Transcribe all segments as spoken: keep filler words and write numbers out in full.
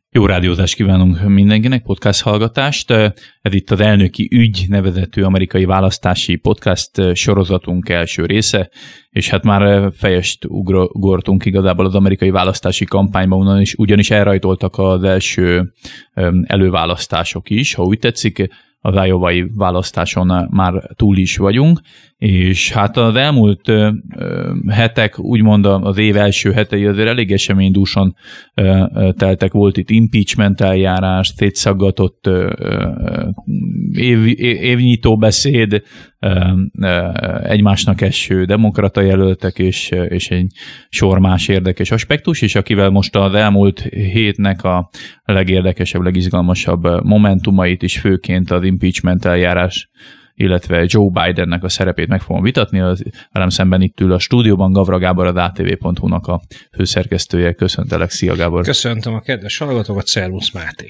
Jó rádiózást kívánunk mindenkinek, podcast hallgatást. Ez itt az Elnöki Ügy nevezetű amerikai választási podcast sorozatunk első része, és hát már fejest ugortunk igazából az amerikai választási kampányban, ugyanis, ugyanis elrajtoltak az első előválasztások is, ha úgy tetszik, az iowai választáson már túl is vagyunk, és hát az elmúlt ö, ö, hetek, úgymond az év első hetei azért elég eseménydúsan ö, ö, teltek. Volt itt impeachment eljárás, szétszaggatott ö, ö, év, évnyitó beszéd, ö, ö, egymásnak eső demokrata jelöltek, és, és egy sor más érdekes aspektus, és akivel most az elmúlt hétnek a legérdekesebb, legizgalmasabb momentumait is, főként az impeachment eljárás, illetve Joe Bidennek a szerepét meg fogom vitatni. Az velem szemben itt ül a stúdióban Gavra Gábor, az á té vé pont hú-nak a főszerkesztője. Köszöntelek, szia Gábor! Köszöntöm a kedves hallgatókat, szervusz Máté!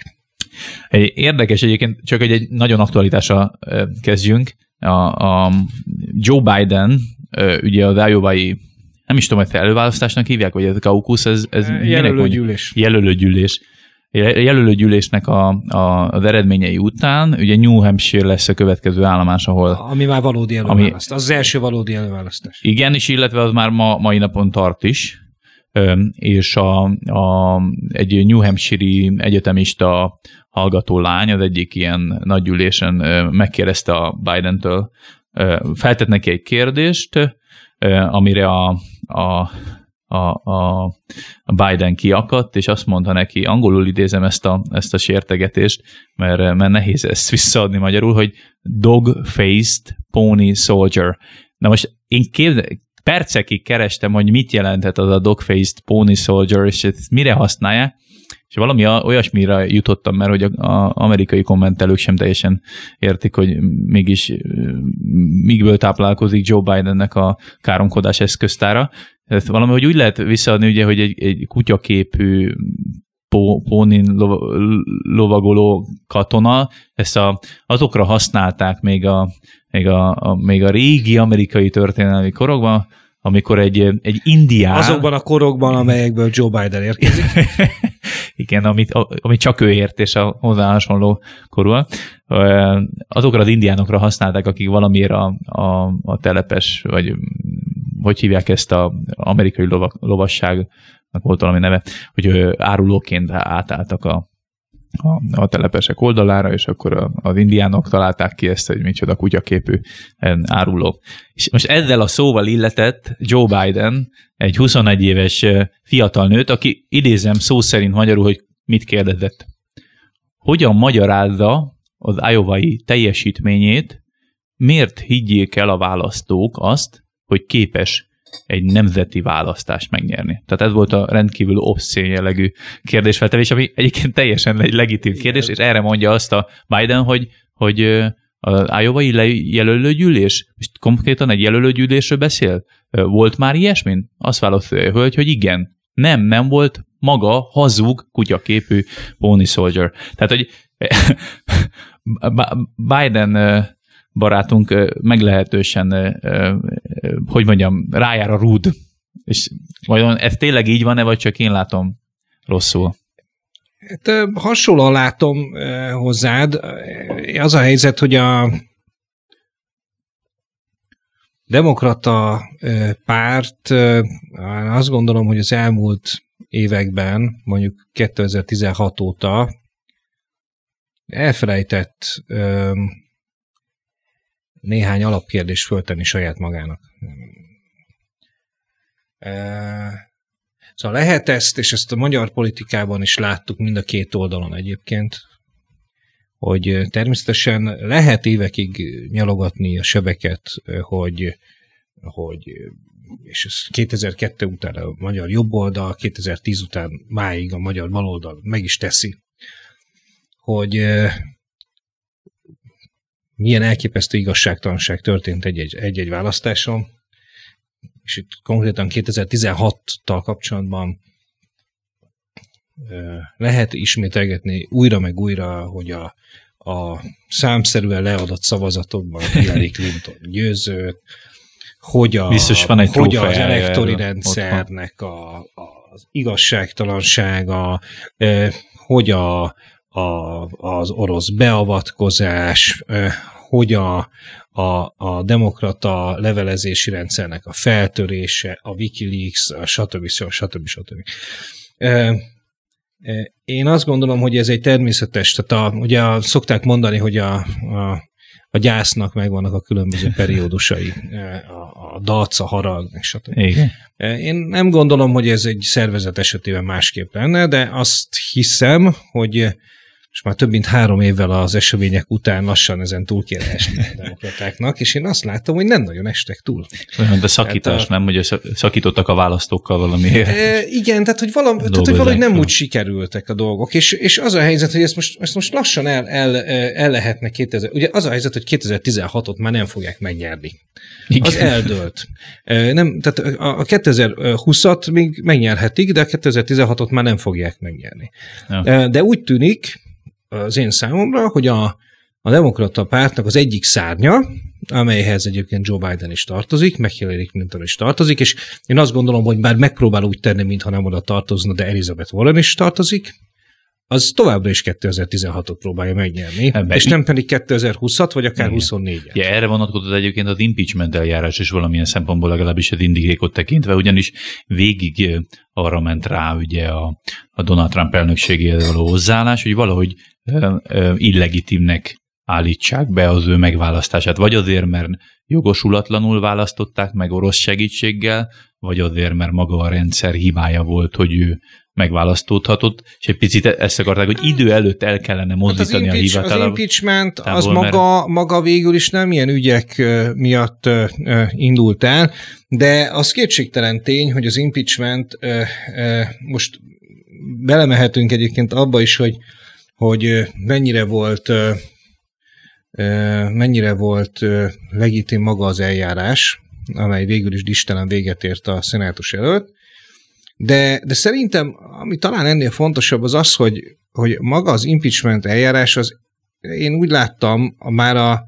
Érdekes egyébként, csak egy, egy nagyon aktualitásra kezdjünk. A, a Joe Biden, ugye az iowai, nem is tudom, hogy előválasztásnak hívják, vagy ez a kaukusz, ez, ez jelölőgyűlés. Jelölőgyűlés. Jelölőgyűlésnek a, a, az eredményei után, ugye New Hampshire lesz a következő állomás, ahol... Ami már valódi előválasztás. Az, az első valódi előválasztás. Igen, és illetve az már ma, mai napon tart is, és a, a, egy New Hampshire-i egyetemista hallgató lány az egyik ilyen nagygyűlésen megkérdezte a Bidentől, feltett neki egy kérdést, amire a, a A, a, a Biden kiakadt, és azt mondta neki, angolul idézem ezt a, ezt a sértegetést, mert, mert nehéz ezt visszaadni magyarul, hogy dog-faced pony soldier. Na most én képzel, percekig kerestem, hogy mit jelentett az a dog-faced pony soldier, és ezt mire használják, és valami olyasmire jutottam, mert hogy az amerikai kommentelők sem teljesen értik, hogy mégis migből táplálkozik Joe Bidennek a káromkodás eszköztára. Ezt valahogy úgy lehet visszaadni, ugye, hogy egy, egy kutyaképű pónin lovagoló katona, ezt a, azokra használták még a, még, a, a, még a régi amerikai történelmi korokban, amikor egy, egy indián... Azokban a korokban, amelyekből Joe Biden érkezik. Igen, amit, amit csak ő ért, és a hozzá hasonló korúak. Azokra az indiánokra használták, akik valamiért a, a, a telepes, vagy hogy hívják ezt az amerikai lova, lovasságnak volt valami neve, hogy árulóként átálltak a, a, a telepesek oldalára, és akkor az indiánok találták ki ezt, hogy micsoda kutyaképű áruló. És most ezzel a szóval illetett Joe Biden egy huszonegy éves fiatal nőt, aki idézem szó szerint magyarul, hogy mit kérdezett. Hogyan magyarázza az iowai teljesítményét, miért higgyék el a választók azt, hogy képes egy nemzeti választást megnyerni. Tehát ez volt a rendkívül obszén jellegű kérdésfeltevés, ami egyébként teljesen egy legitim kérdés, és erre mondja azt a Biden, hogy, hogy az iowai jelölőgyűlés, most konkrétan egy jelölőgyűlésről beszél? Volt már ilyesmi? Azt válaszolja a hölgy, hogy igen. Nem, nem volt maga hazug kutyaképű pony soldier. Tehát, hogy Biden barátunk meglehetősen, hogy mondjam, rájár a rúd. És vajon ez tényleg így van-e, vagy csak én látom rosszul? Hát, hasonlóan látom hozzád. Az a helyzet, hogy a demokrata párt, azt gondolom, hogy az elmúlt években, mondjuk kétezer-tizenhat óta elfelejtett néhány alapkérdést föltenni saját magának. Szóval lehet ezt, és ezt a magyar politikában is láttuk mind a két oldalon egyébként, hogy természetesen lehet évekig nyalogatni a sebeket, hogy, hogy és ez kétezer-kettő után a magyar jobboldal, kétezer-tíz után máig a magyar baloldal meg is teszi, hogy milyen elképesztő igazságtalanság történt egy-egy, egy-egy választáson, és itt konkrétan kétezer-tizenhattal kapcsolatban lehet ismételgetni újra meg újra, hogy a, a számszerűen leadott szavazatokban Hillary Clinton győzött, hogy, a, Biztos van egy hogy az elektori rendszernek a, a az igazságtalanság, a, hogy a, a, az orosz beavatkozás, hogy a, a, a demokrata levelezési rendszernek a feltörése, a Wikileaks, a stb. stb. stb. Én azt gondolom, hogy ez egy természetes, tehát a, ugye a, szokták mondani, hogy a, a, a gyásznak megvannak a különböző periódusai, a, a dac, a harag, stb. Igen. Én nem gondolom, hogy ez egy szervezet esetében másképp lenne, de azt hiszem, hogy most már több mint három évvel az események után lassan ezen túl kéne esni a demokratáknak, és én azt látom, hogy nem nagyon estek túl. De szakítás, a... nem? Hogy szakítottak a választókkal valamiért. E, igen, tehát hogy, valam, tehát, hogy valahogy nem úgy sikerültek a dolgok, és, és az a helyzet, hogy ezt most, ezt most lassan el, el, el lehetne kétezer... Ugye az a helyzet, hogy kétezer-tizenhatot már nem fogják megnyerni. Igen. Az eldőlt. Nem, tehát a kétezer-húszat még megnyerhetik, de a kétezer-tizenhatot már nem fogják megnyerni. Ja. De úgy tűnik az én számomra, hogy a, a demokrata pártnak az egyik szárnya, amelyhez egyébként Joe Biden is tartozik, meg Hillary Clinton is tartozik, és én azt gondolom, hogy bár megpróbál úgy tenni, mintha nem oda tartozna, de Elizabeth Warren is tartozik, az továbbra is kétezer-tizenhatot próbálja megnyerni, ebben és nem pedig kétezer-húszat, vagy akár huszonnégyet. Ja, erre vonatkozott egyébként az impeachment eljárás is valamilyen szempontból, legalábbis az indítékot tekintve, ugyanis végig arra ment rá ugye a, a Donald Trump elnökségéhez való hozzáállás, hogy valahogy ö, ö, illegitimnek állítsák be az ő megválasztását, vagy azért, mert jogosulatlanul választották meg orosz segítséggel, vagy azért, mert maga a rendszer hibája volt, hogy ő megválasztódhatott, és egy picit ezt akarták, hogy idő előtt el kellene mozdítani hát a hivatalba. Az impeachment az maga, maga végül is nem ilyen ügyek miatt indult el, de az kétségtelen tény, hogy az impeachment, most belemehetünk egyébként abba is, hogy, hogy mennyire volt mennyire volt legitim maga az eljárás, amely végül is distelen véget ért a szenátus előtt, de, de szerintem, ami talán ennél fontosabb, az az, hogy, hogy maga az impeachment eljárás, az én úgy láttam, a, már a,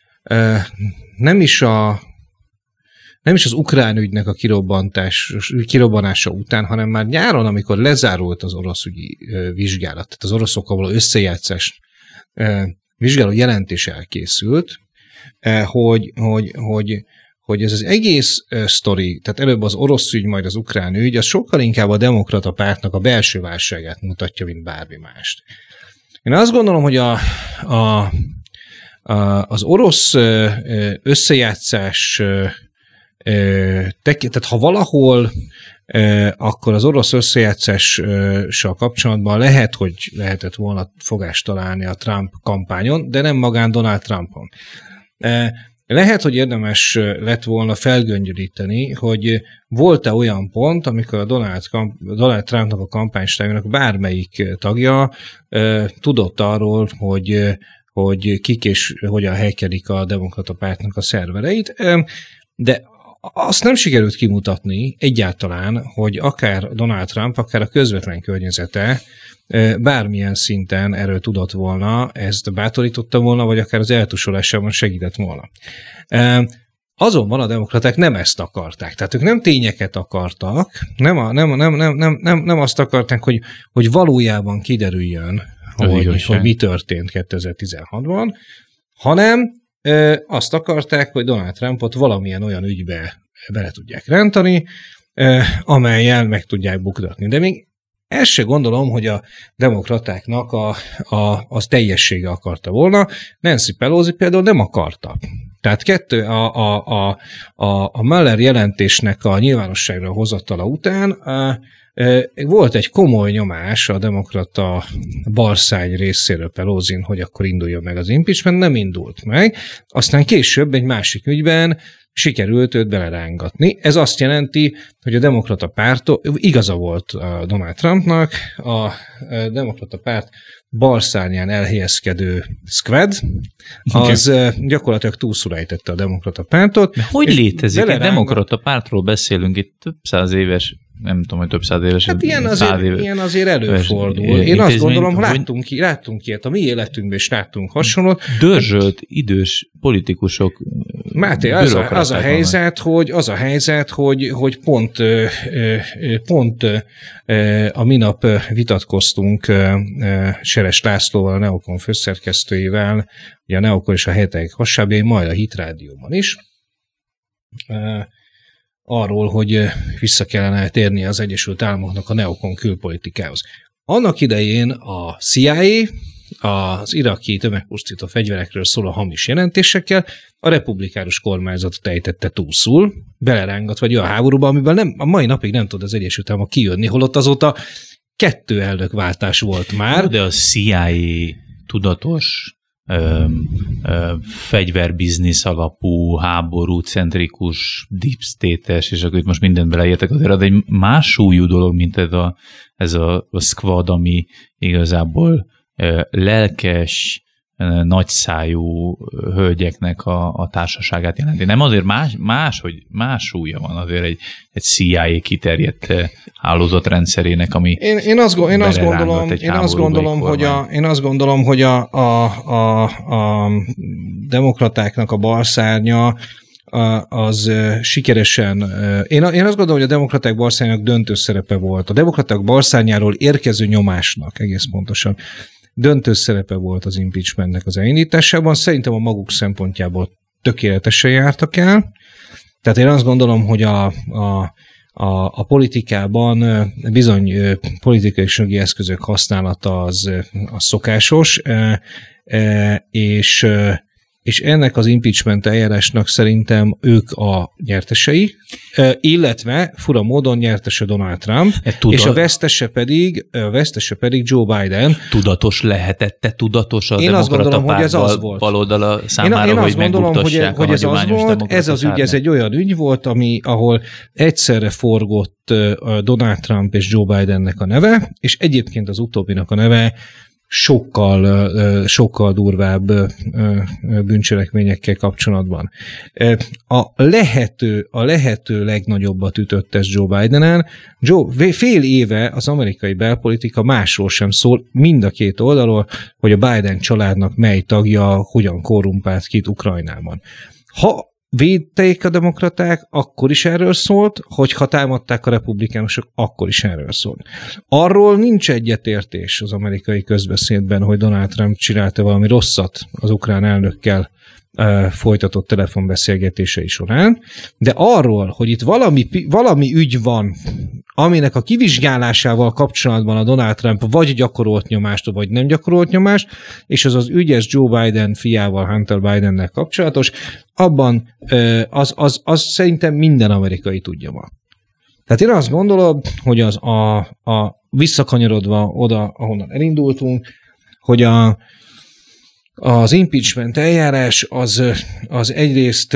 nem is a nem is az ukrán ügynek a kirobbantás, kirobbanása után, hanem már nyáron, amikor lezárult az orosz ügyi vizsgálat, tehát az oroszokkal való összejátszás vizsgáló jelentés elkészült, hogy, hogy, hogy, hogy ez az egész sztori, tehát előbb az orosz ügy, majd az ukrán ügy, az sokkal inkább a demokrata pártnak a belső válságát mutatja, mint bármi mást. Én azt gondolom, hogy a, a, a, az orosz összejátszás, tehát ha valahol, akkor az orosz összejátszással kapcsolatban lehet, hogy lehetett volna fogást találni a Trump kampányon, de nem magán Donald Trumpon. Lehet, hogy érdemes lett volna felgöngyölíteni, hogy volt-e olyan pont, amikor a Donald, Donald Trumpnak a kampánystájának bármelyik tagja tudott arról, hogy, hogy kik és hogyan hackerik a demokrata pártnak a szervereit, de azt nem sikerült kimutatni egyáltalán, hogy akár Donald Trump, akár a közvetlen környezete bármilyen szinten erről tudott volna, ezt bátorította volna, vagy akár az eltusolásában segített volna. Azonban a demokraták nem ezt akarták. Tehát ők nem tényeket akartak, nem, a, nem, nem, nem, nem, nem, nem azt akarták, hogy, hogy valójában kiderüljön, hogy, hogy mi történt kétezer-tizenhatban, hanem azt akarták, hogy Donald Trumpot valamilyen olyan ügybe bele tudják rántani, amellyel meg tudják buktatni. De még ezt se gondolom, hogy a demokratáknak a, a, az teljessége akarta volna. Nancy Pelosi például nem akarta. Tehát kettő, a, a, a, a, a Mueller jelentésnek a nyilvánosságra hozatala után a, volt egy komoly nyomás a demokrata barszány részéről Pelosin, hogy akkor induljon meg az impeachment, nem indult meg. Aztán később egy másik ügyben sikerült őt belerángatni. Ez azt jelenti, hogy a demokrata párt, igaza volt a Donald Trumpnak, a demokrata párt balszárnyán elhelyezkedő squad, az okay. gyakorlatilag túlszulejtette a demokrata pártot. De hogy létezik? Egy demokrata pártról beszélünk, itt több száz éves nem tudom, hogy több száz éves. Hát ilyen azért, éves, ilyen azért előfordul. Én azt gondolom, hogy láttunk, ki, láttunk ilyet a mi életünkben, és láttunk hasonlót. Dörzsölt, idős politikusok. Máté, az a, az a helyzet, hogy, az a helyzet, hogy, hogy pont, pont a minap vitatkoztunk Seres Lászlóval, a Neokon főszerkesztőjével, ugye a Neokon és a Hetek hasábjai, majd a Hit Rádióban is, arról, hogy vissza kellene térni az Egyesült Államoknak a neokon külpolitikához. Annak idején a C I A, az iraki tömegpusztító fegyverekről szóló hamis jelentésekkel a republikánus kormányzatot ejtette túlszul, belerángatva egy olyan háborúba, amiben nem, a mai napig nem tud az Egyesült Államok kijönni, holott azóta kettő elnökváltás volt már. De a C I A tudatos Ö, ö, fegyverbiznisz alapú, háborúcentrikus, deep state-es, és akkor itt most mindent beleértek, azért az egy más súlyú dolog, mint ez a, ez a, a squad, ami igazából ö, lelkes, ö, nagyszájú hölgyeknek a, a társaságát jelenti. Nem azért más, más, hogy más súlya van azért egy, egy C I A kiterjedt hálózatrendszerének, ami én, én azt, én azt gondolom, én azt gondolom, hogy a, én azt gondolom, hogy a, a, a, a demokratáknak a balszárnya az sikeresen, én, én azt gondolom, hogy a demokraták balszárnyának döntő szerepe volt. A demokraták balszárnyáról érkező nyomásnak egész pontosan döntő szerepe volt az impeachmentnek az elindításában. Szerintem a maguk szempontjából tökéletesen jártak el. Tehát én azt gondolom, hogy a, a, a, a politikában bizony politikai és jogi eszközök használata az, az szokásos, és, és ennek az impeachment eljárásnak szerintem ők a nyertesei, illetve fura módon nyertese Donald Trump, Tuda... és a vesztese pedig, a vesztese pedig Joe Biden. Tudatos lehetette, tudatos a én demokrata párt baloldala számára, én, én hogy megbuktassák a hagyományos demokrata Ez az ügy, ez egy olyan ügy volt, ami, ahol egyszerre forgott Donald Trump és Joe Bidennek a neve, és egyébként az utóbbinak a neve sokkal, sokkal durvább bűncselekményekkel kapcsolatban. A lehető, a lehető legnagyobbat ütött ez Joe Bidenen. Joe, fél éve az amerikai belpolitika másról sem szól, mind a két oldalról, hogy a Biden családnak mely tagja hogyan korrumpált kit Ukrajnában. Ha védték a demokraták, akkor is erről szólt, hogyha támadták a republikánusok, akkor is erről szólt. Arról nincs egyetértés az amerikai közbeszédben, hogy Donald Trump csinálta valami rosszat az ukrán elnökkel uh, folytatott telefonbeszélgetései során, de arról, hogy itt valami, valami ügy van, aminek a kivizsgálásával kapcsolatban a Donald Trump vagy gyakorolt nyomást, vagy nem gyakorolt nyomást, és az az ügyes Joe Biden fiával, Hunter Bidennel kapcsolatos, abban az, az, az szerintem minden amerikai tudja ma. Tehát én azt gondolom, hogy az a, a visszakanyarodva oda, ahonnan elindultunk, hogy a, az impeachment eljárás az, az egyrészt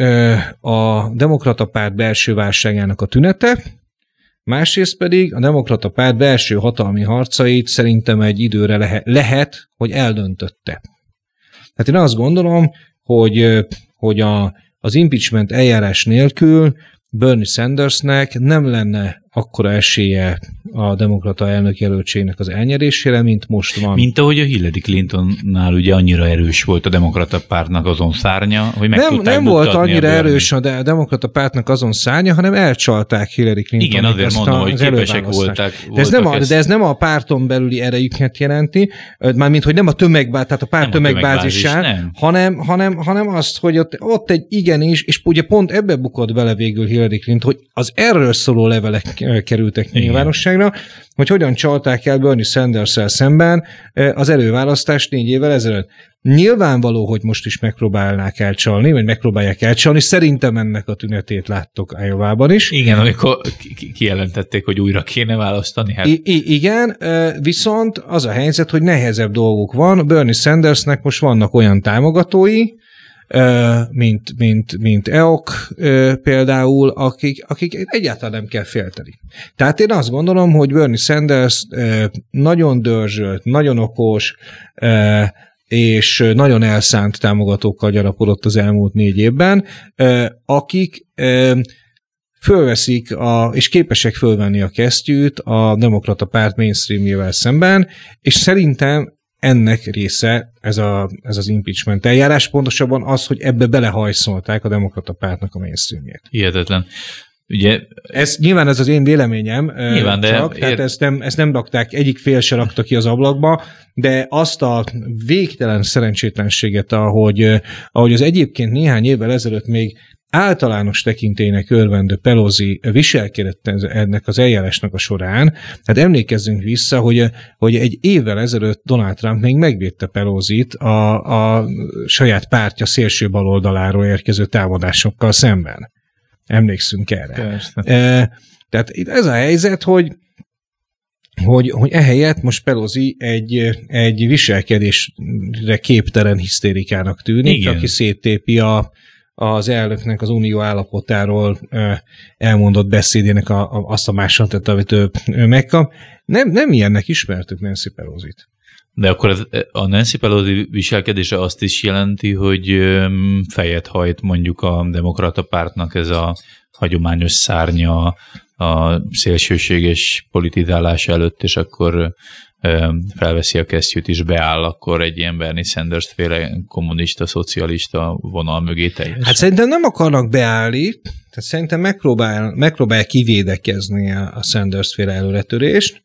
a demokrata párt belső válságának a tünete, másrészt pedig a demokrata párt belső hatalmi harcait szerintem egy időre lehet, lehet hogy eldöntötte. Tehát én azt gondolom, hogy, hogy a, az impeachment eljárás nélkül Bernie Sandersnek nem lenne akkora esélye a demokrata elnök jelöltségnek az elnyerésére, mint most van. Mint ahogy a Hillary Clintonnál ugye annyira erős volt a demokrata pártnak azon szárnya, hogy meg nem, tudták nem volt annyira erős a demokrata pártnak azon szárnya, hanem elcsalták Hillary Clinton. Igen, azért mondom, hogy képesek voltak. De ez, nem a, de ez nem a párton belüli erejüket jelenti, mármint, hogy nem a tömegbázis, tehát a párt tömegbázisán, hanem, hanem, hanem azt, hogy ott, ott egy igenis, és ugye pont ebbe bukott bele végül Hillary Clinton, hogy az erről szóló levelek kerültek nyilvánosságra, hogy hogyan csalták el Bernie Sanders-szel szemben az előválasztást négy évvel ezelőtt. Nyilvánvaló, hogy most is megpróbálnák elcsalni, vagy megpróbálják elcsalni. Szerintem ennek a tünetét láttok Iowában is. Igen, amikor kijelentették, hogy újra kéne választani. Hát... I- I- igen, viszont az a helyzet, hogy nehezebb dolguk van. Bernie Sandersnek most vannak olyan támogatói, mint, mint, mint E O K például, akik, akik egyáltalán nem kell félteni. Tehát én azt gondolom, hogy Bernie Sanders nagyon dörzsölt, nagyon okos, és nagyon elszánt támogatókkal gyarapodott az elmúlt négy évben, akik fölveszik, a, és képesek fölvenni a kesztyűt a demokrata párt mainstreamjével szemben, és szerintem ennek része ez, a, ez az impeachment eljárás, pontosabban az, hogy ebbe belehajszolták a demokrata pártnak a mainstreamjét. Hihetetlen. Ugye, ez, nyilván ez az én véleményem, nyilván, csak, de tehát ér... ezt nem, ezt nem rakták, egyik fél se rakta ki az ablakba, de azt a végtelen szerencsétlenséget, ahogy, ahogy az egyébként néhány évvel ezelőtt még általános tekintélynek örvendő Pelosi viselkedett ennek az eljárásnak a során. Tehát emlékezzünk vissza, hogy, hogy egy évvel ezelőtt Donald Trump még megvédte Pelosit a, a saját pártja szélső baloldaláról érkező támadásokkal szemben. Emlékszünk erre. Persze. E, tehát itt ez a helyzet, hogy hogy, hogy ehelyett most Pelosi egy, egy viselkedésre képtelen hisztérikának tűnik, igen. Aki széttépi a az elnöknek az unió állapotáról elmondott beszédének a, a, azt a másolatot, amit ő, ő megkap. Nem, nem ilyennek ismertük Nancy Pelosit. De akkor a Nancy Pelosi viselkedése azt is jelenti, hogy fejet hajt mondjuk a demokrata pártnak ez a hagyományos szárnya a szélsőséges politizálás előtt, és akkor felveszi a kesztyűt és beáll akkor egy ilyen Bernie Sanders féle kommunista, szocialista vonal mögé teljesen. Hát szerintem nem akarnak beállni, tehát szerintem megpróbál, megpróbál kivédekezni a Sanders féle előretörést,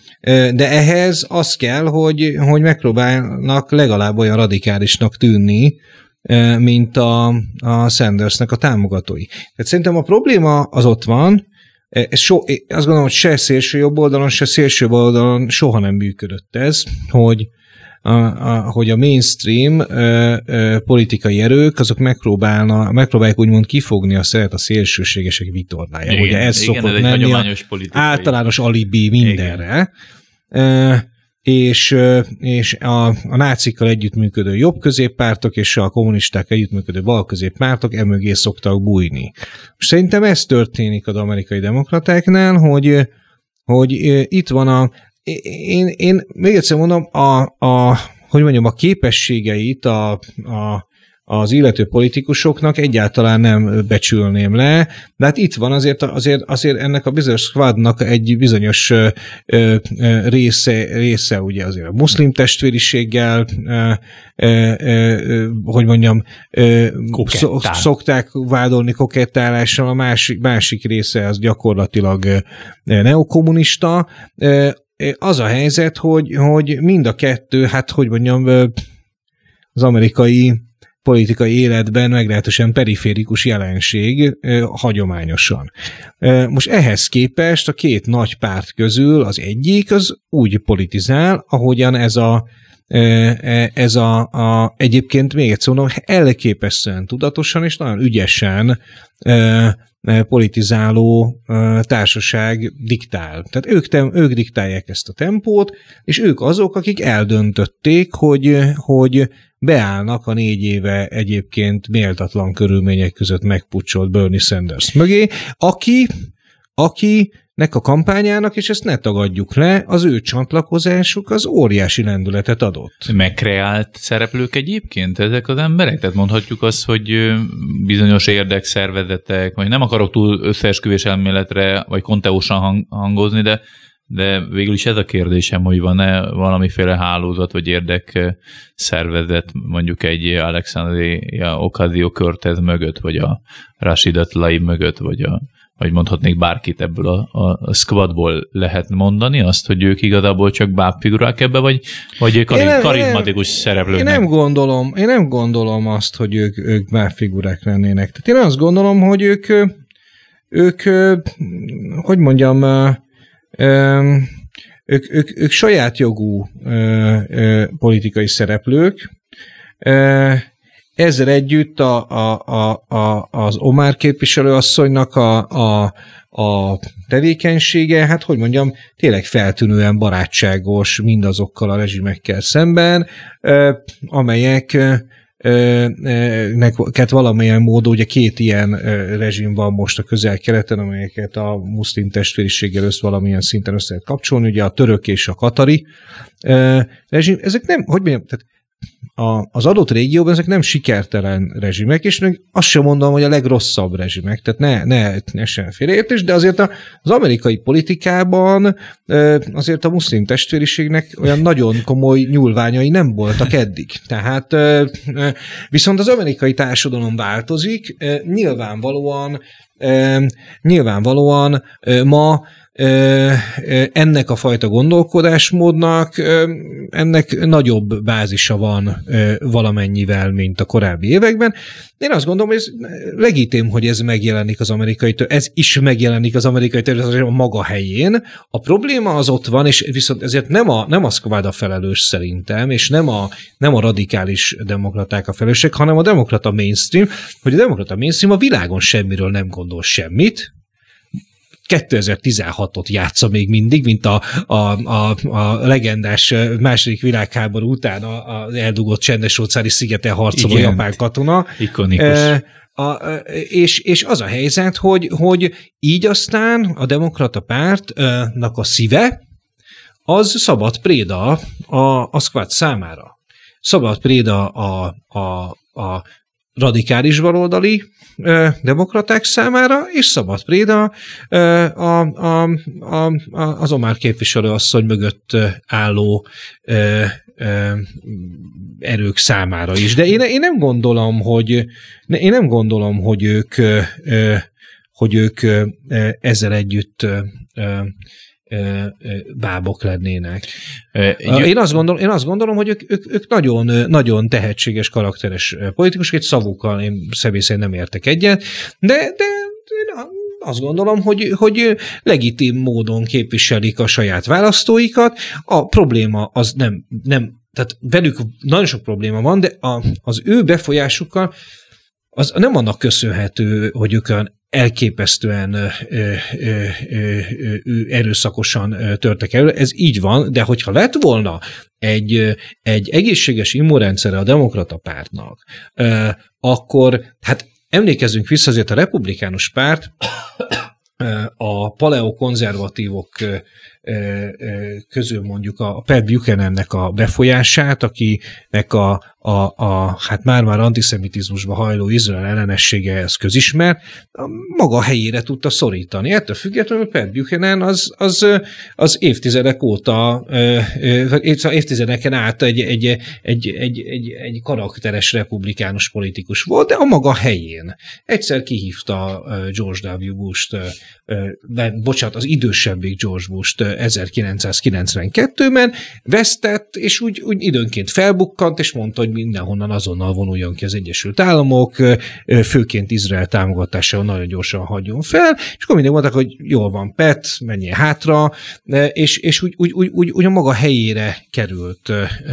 de ehhez az kell, hogy, hogy megpróbálnak legalább olyan radikálisnak tűnni, mint a, a Sandersnek a támogatói. Tehát szerintem a probléma az ott van, ez so, azt gondolom, hogy se szélső jobb oldalon, se szélső bal oldalon soha nem működött ez, hogy a, a, hogy a mainstream ö, ö, politikai erők, azok megpróbálna, megpróbálják úgymond kifogni a szeret a szélsőségesek vitorlája. Igen, ugye ez igen, szokott ez menni a általános alibi mindenre. És, és a, a nácikkal együttműködő jobb középpártok és a kommunisták együttműködő bal középpártok emögé szoktak bújni. Most szerintem ez történik az amerikai demokratáknál, hogy, hogy itt van a... Én, én még egyszer mondom, a, a, hogy mondjam, a képességeit a, a az illető politikusoknak egyáltalán nem becsülném le, de hát itt van azért, azért, azért ennek a bizonyos squadnak egy bizonyos ö, ö, része, része ugye azért a muszlim testvériséggel, ö, ö, ö, hogy mondjam, ö, szokták vádolni kokettálással, a másik, másik része az gyakorlatilag ö, neokommunista. Ö, az a helyzet, hogy, hogy mind a kettő, hát hogy mondjam, az amerikai politikai életben meglehetősen periférikus jelenség eh, hagyományosan. Eh, most ehhez képest a két nagy párt közül az egyik az úgy politizál, ahogyan ez a, eh, ez a, a egyébként még egyszer mondom, elképesztően tudatosan és nagyon ügyesen eh, politizáló uh, társaság diktál. Tehát ők, tem, ők diktálják ezt a tempót, és ők azok, akik eldöntötték, hogy, hogy beállnak a négy éve egyébként méltatlan körülmények között megpucsolt Bernie Sanders mögé, aki, akinek a kampányának, és ezt ne tagadjuk le, az ő csatlakozásuk az óriási lendületet adott. Megkreált szereplők egyébként ezek az emberek? Tehát mondhatjuk azt, hogy bizonyos érdekszervezetek, vagy nem akarok túl összeesküvés elméletre, vagy konteósan hang, hangozni, de, de végül is ez a kérdésem, hogy van-e valamiféle hálózat, vagy érdekszervezet, mondjuk egy Alexandria Ocasio-Cortez mögött, vagy a Rashida Tlaib mögött, vagy a vagy mondhatnék bárkit ebből a, a, a squadból lehet mondani azt, hogy ők igazából csak bábfigurák ebbe, vagy, vagy karim, nem, karizmatikus szereplők? Én nem gondolom, én nem gondolom azt, hogy ők, ők bábfigurák lennének. Tehát én azt gondolom, hogy ők, ők hogy mondjam, ők, ők, ők saját jogú politikai szereplők. Ezzel együtt a, a, a, a, az Omar képviselőasszonynak a, a, a tevékenysége, hát hogy mondjam, tényleg feltűnően barátságos mindazokkal a rezsimekkel szemben, amelyek neket valamilyen módon, ugye két ilyen rezsim van most a közel-keleten, amelyeket a muszlim testvériséggel össze valamilyen szinten össze lehet kapcsolni, ugye a török és a katari rezsim, ezek nem, hogy mondjam, tehát a, az adott régióban ezek nem sikertelen rezsimek, és még azt sem mondom, hogy a legrosszabb rezsimek, tehát ne, ne, ne sem félreértés, de azért az amerikai politikában azért a muszlim testvériségnek olyan nagyon komoly nyúlványai nem voltak eddig. Tehát viszont az amerikai társadalom változik, nyilvánvalóan nyilvánvalóan ma ennek a fajta gondolkodásmódnak ennek nagyobb bázisa van valamennyivel, mint a korábbi években. Én azt gondolom, hogy ez legitim, hogy ez megjelenik az amerikai, ez is megjelenik az amerikai területen a maga helyén. A probléma az ott van, és viszont ezért nem a, nem a Squad a felelős szerintem, és nem a, nem a radikális demokraták a felelősek, hanem a demokrata mainstream, hogy a demokrata mainstream a világon semmiről nem gondol semmit, kétezer-tizenhatot játsza még mindig, mint a, a, a, a legendás második világháború után az eldugott csendes óceáni szigeten harcoló igen, japán katona. Ikonikus. E, a, és, és az a helyzet, hogy, hogy így aztán a demokrata pártnak a szíve az Szabad Préda a, a Squad számára. Szabad Préda a, a, a radikális baloldali demokraták számára, és Szabad Préda a, a, a, a, az Omar képviselőasszony mögött álló erők számára is. De én, én nem gondolom, hogy én nem gondolom, hogy ők, hogy ők ezzel együtt bábok lennének. Én azt gondolom, én azt gondolom hogy ők, ők, ők nagyon, nagyon tehetséges, karakteres politikusok, egy szavukkal én személy szerint nem értek egyet, de, de én azt gondolom, hogy, hogy legitim módon képviselik a saját választóikat. A probléma az nem, nem tehát velük nagyon sok probléma van, de a, az ő befolyásukkal az nem annak köszönhető, hogy ők olyan elképesztően ö, ö, ö, ö, erőszakosan törtek elő. Ez így van, de hogyha lett volna egy, egy egészséges immunrendszere a demokrata pártnak, ö, akkor hát emlékezzünk vissza, azért a republikánus párt a paleokonzervatívok közül mondjuk a Pat Buchanannek a befolyását, akinek a, a, a hát már-már antiszemitizmusba hajló Izrael ellenessége ez közismert, maga helyére tudta szorítani. Ettől függetlenül Pat Buchanan az, az, az évtizedek óta, évtizedeken át egy, egy, egy, egy, egy, egy karakteres republikánus politikus volt, de a maga helyén. Egyszer kihívta George W. Bush-t, bocsánat, az idősebbik George Bush-t ezerkilencszázkilencvenkettőben, vesztett, és úgy, úgy időnként felbukkant, és mondta, hogy mindenhonnan azonnal vonuljon ki az Egyesült Államok, főként Izrael támogatásával nagyon gyorsan hagyjon fel, és akkor mindig mondták, hogy jól van, Pat, menjél hátra, és, és úgy, úgy, úgy, úgy, úgy a maga helyére került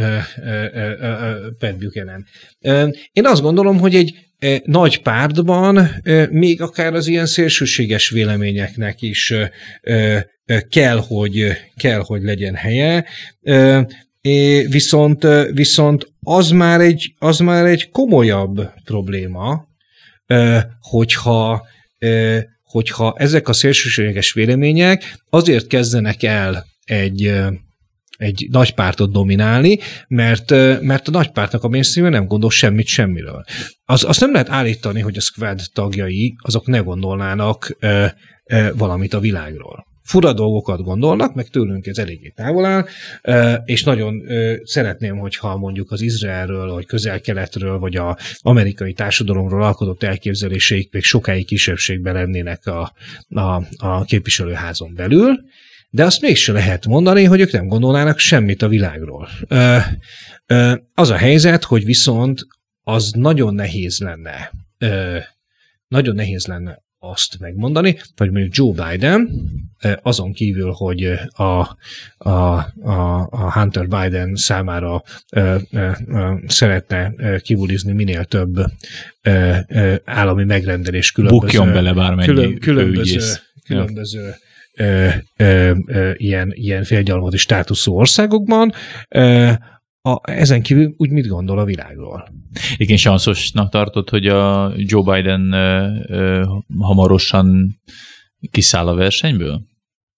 Pat Buchanan. Én azt gondolom, hogy egy nagy pártban még akár az ilyen szélsőséges véleményeknek is kell, hogy, kell, hogy legyen helye, viszont, viszont az, már egy, az már egy komolyabb probléma, hogyha, hogyha ezek a szélsőséges vélemények azért kezdenek el egy egy nagy pártot dominálni, mert, mert a nagy pártnak a mainstream nem gondol semmit semmiről. Az, azt nem lehet állítani, hogy a Squad tagjai azok ne gondolnának ö, ö, valamit a világról. Fura dolgokat gondolnak, meg tőlünk ez eléggé távol áll, és nagyon szeretném, hogyha mondjuk az Izraelről, vagy Közel-Keletről, vagy az amerikai társadalomról alkotott elképzeléseik még sokáig kisebbségben lennének a, a, a képviselőházon belül, de azt mégse lehet mondani, hogy ők nem gondolnának semmit a világról. Az a helyzet, hogy viszont az nagyon nehéz lenne, nagyon nehéz lenne azt megmondani, vagy mondjuk Joe Biden, azon kívül, hogy a, a, a, a Hunter Biden számára ö, ö, ö, szeretne kibulizni minél több ö, ö, állami megrendelés különböző, Bukjon bele bármennyi külön, különböző, különböző ö, ö, ö, ilyen, ilyen félgyarmati státuszú országokban. Ö, A, ezen kívül úgy mit gondol a világról? Igen, sanszosnak tartod, hogy a Joe Biden ö, ö, hamarosan kiszáll a versenyből?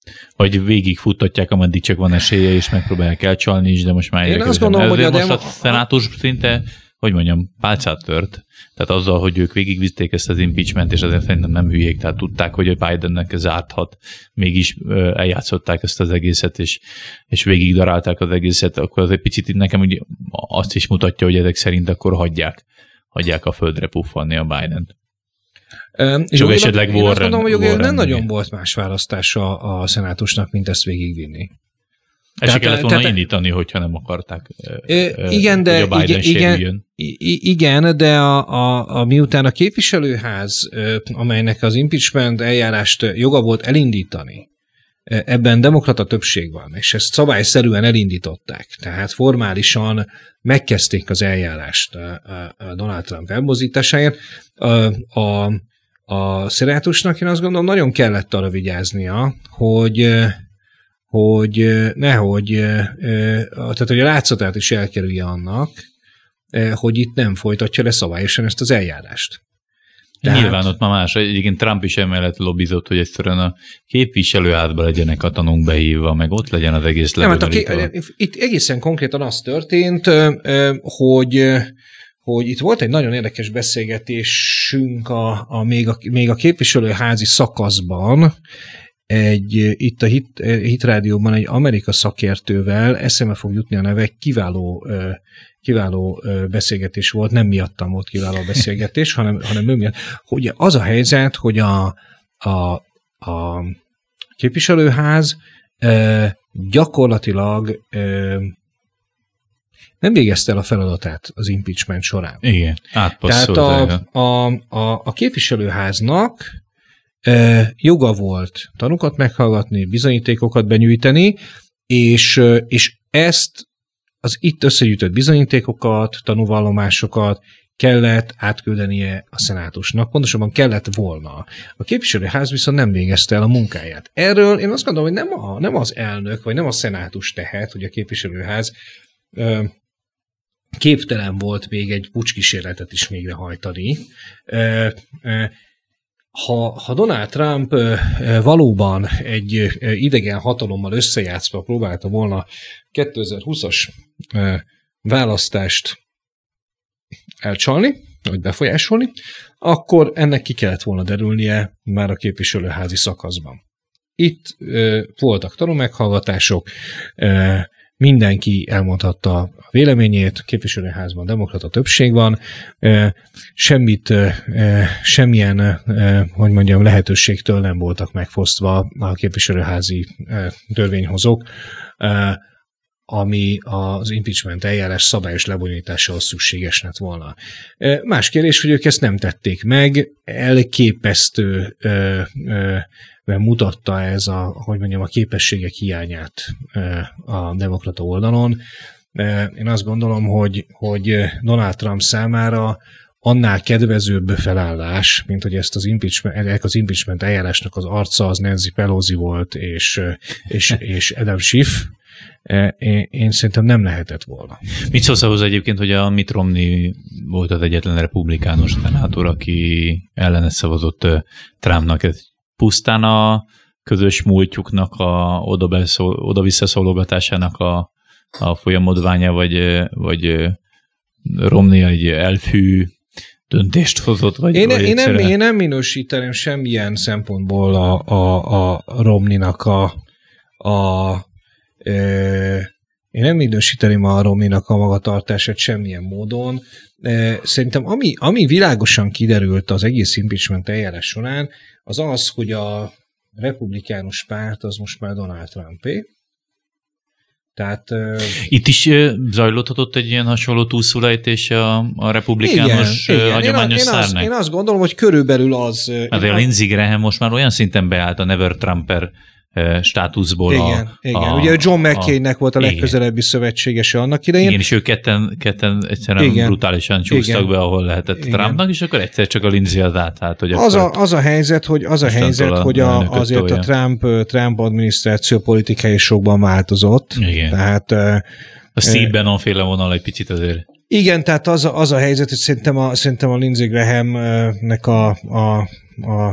Vagy végigfuttatják, ameddig csak van esélye, és megpróbálják elcsalni is, de most már Én azt gondolom, hogy a, most demo... a szenátus szinte, hogy mondjam, pálcát tört. Tehát azzal, hogy ők végigvitték ezt az impeachment, és azért szerintem nem hülyék, tehát tudták, hogy a Bidennek ez árthat, mégis eljátszották ezt az egészet, és, és végig darálták az egészet, akkor az egy picit nekem úgy azt is mutatja, hogy ezek szerint akkor hagyják, hagyják a földre puffanni a Bident. És jogilag, esetleg én azt mondom, hogy jogilag nem nagyon volt más választása a szenátusnak, mint ezt végigvinni. Ezt se kellett volna tehát, indítani, hogyha nem akarták, igen, de, hogy a Biden igen, sérüljön. Igen, de a, a, a, miután a képviselőház, amelynek az impeachment eljárást joga volt elindítani, ebben demokrata többség van, és ezt szabályszerűen elindították. Tehát formálisan megkezdték az eljárást a Donald Trump elmozdításáért. A, a, a szenátusnak én azt gondolom nagyon kellett arra vigyáznia, hogy hogy nehogy, tehát hogy a látszatát is elkerülje annak, hogy itt nem folytatja le szabályosan ezt az eljárást. Tehát... Nyilván ott ma más. Egyébként Trump is emellett lobbizott, hogy egyszerűen a képviselőházba legyenek a tanúk behívva, meg ott legyen az egész lebonyolítva. Hát itt egészen konkrétan az történt, hogy, hogy itt volt egy nagyon érdekes beszélgetésünk a, a, még, a, még a képviselőházi szakaszban, egy, itt a Hit, Hit Rádióban egy Amerika szakértővel, eszembe fog jutni a neve, kiváló, kiváló beszélgetés volt, nem miattam volt kiváló beszélgetés, hanem, hanem ő miatt. Ugye az a helyzet, hogy a, a, a képviselőház gyakorlatilag nem végezte el a feladatát az impeachment során. Igen, átpasszolt. Tehát a, a, a, a képviselőháznak joga volt tanúkat meghallgatni, bizonyítékokat benyújtani, és, és ezt az itt összegyűjtött bizonyítékokat, tanúvallomásokat kellett átküldenie a szenátusnak, pontosabban kellett volna. A képviselőház viszont nem végezte el a munkáját. Erről én azt gondolom, hogy nem, a, nem az elnök, vagy nem a szenátus tehet, hogy a képviselőház ö, képtelen volt még egy pucskísérletet is végrehajtani. Ö, ö, Ha, ha Donald Trump valóban egy idegen hatalommal összejátszva próbálta volna kétezer-húszas választást elcsalni, vagy befolyásolni, akkor ennek ki kellett volna derülnie már a képviselőházi szakaszban. Itt voltak tanúmeghallgatások, mindenki elmondhatta a véleményét, képviselőházban demokrata többség van, semmit, semmilyen, hogy mondjam, lehetőségtől nem voltak megfosztva a képviselőházi törvényhozók, ami az impeachment eljárás szabályos lebonyolításához szükséges lett volna. Más kérdés, hogy ők ezt nem tették meg, elképesztő mutatta ez a, hogy mondjam, a képességek hiányát a demokrata oldalon. Én azt gondolom, hogy, hogy Donald Trump számára annál kedvezőbb felállás, mint hogy ezt az impeachment, az impeachment eljárásnak az arca az Nancy Pelosi volt, és, és, és Adam Schiff, Én, én szerintem nem lehetett volna. Mit szólsz ahhoz egyébként, hogy a Mitt Romney volt az egyetlen republikánus szenátor, aki ellene szavazott Trumpnak? Ez pusztán a közös múltjuknak, a oda-visszaszólogatásának a, a folyamodványa, vagy, vagy Romney egy elfű döntést hozott? Vagy, én, vagy én, nem, én nem minősíteném semmilyen szempontból a, a, a Romneynak a, a én nem minősíteném a Romneynak a magatartását semmilyen módon. Szerintem ami, ami világosan kiderült az egész impeachment eljárás során, az az, hogy a republikánus párt az most már Donald Trumpé. Tehát, itt is zajlódhatott egy ilyen hasonló túlszulejtés a, a republikánus igen, hagyományos igen. Én, szárnak? Én azt gondolom, hogy körülbelül az... Azért a Lindsey Graham most már olyan szinten beállt a Never Trumper státuszból. Igen, a, igen. A, ugye John McCainnek volt a legközelebbi igen. szövetségese annak idején. Igen, és ők ketten, ketten egyszerűen igen. brutálisan csúsztak igen. be, ahol lehetett igen. Trumpnak, és akkor egyszer csak a Lindsey az átállt. Hogy az, a, az a helyzet, hogy, az a helyzet, a hogy a, azért tolja. a Trump, Trump adminisztráció politikai sokban változott. Igen. Tehát, a Steve Bannon-féle vonal egy picit azért. Igen, tehát az a, az a helyzet, hogy szerintem a, szerintem a Lindsey Graham-nek a, a, a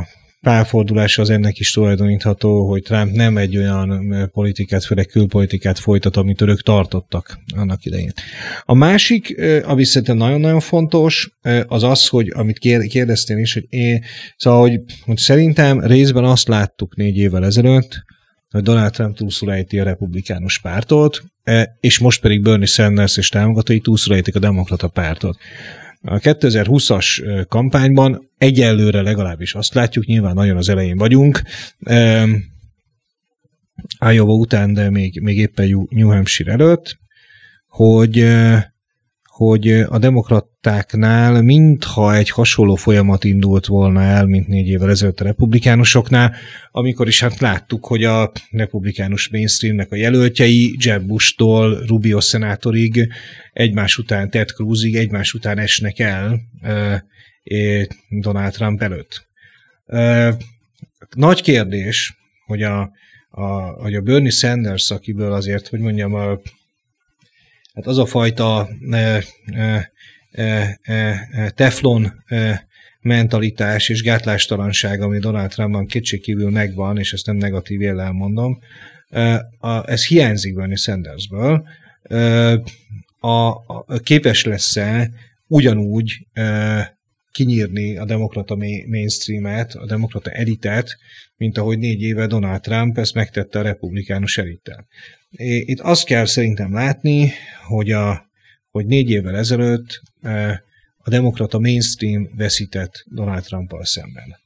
pálfordulása az ennek is tulajdonítható, hogy Trump nem egy olyan politikát, főleg külpolitikát folytat, amit ők tartottak annak idején. A másik, ami szerintem nagyon-nagyon fontos, az az, hogy amit kérdeztél is, hogy én, szóval, hogy, hogy szerintem részben azt láttuk négy évvel ezelőtt, hogy Donald Trump túlszulejti a republikánus pártot, és most pedig Bernie Sanders és támogatói túlszulejtik a demokrata pártot. A kétezer-húszas kampányban egyelőre legalábbis azt látjuk, nyilván nagyon az elején vagyunk, Iowa után, de még, még éppen New Hampshire előtt, hogy, hogy a demokratáknál mintha egy hasonló folyamat indult volna el, mint négy évvel ezelőtt a republikánusoknál, amikor is hát láttuk, hogy a republikánus mainstreamnek a jelöltjei Jeb Bushtól Rubio szenátorig egymás után, Ted Cruzig egymás után esnek el Donald Trump előtt. Nagy kérdés, hogy a, a, hogy a Bernie Sanders, akiből azért, hogy mondjam, a, hát az a fajta e, e, e, e, teflon e, mentalitás és gátlástalanság, ami Donald Trumpban kétségkívül megvan, és ezt nem negatív jellel mondom, e, a, ez hiányzik Bernie Sandersből. E, a, a, képes lesz-e ugyanúgy e, kinyírni a demokrata mainstreamet, a demokrata elitet, mint ahogy négy éve Donald Trump ezt megtette a republikánus elittel. Itt azt kell szerintem látni, hogy, a, hogy négy évvel ezelőtt a demokrata mainstream veszített Donald Trumpal szemben.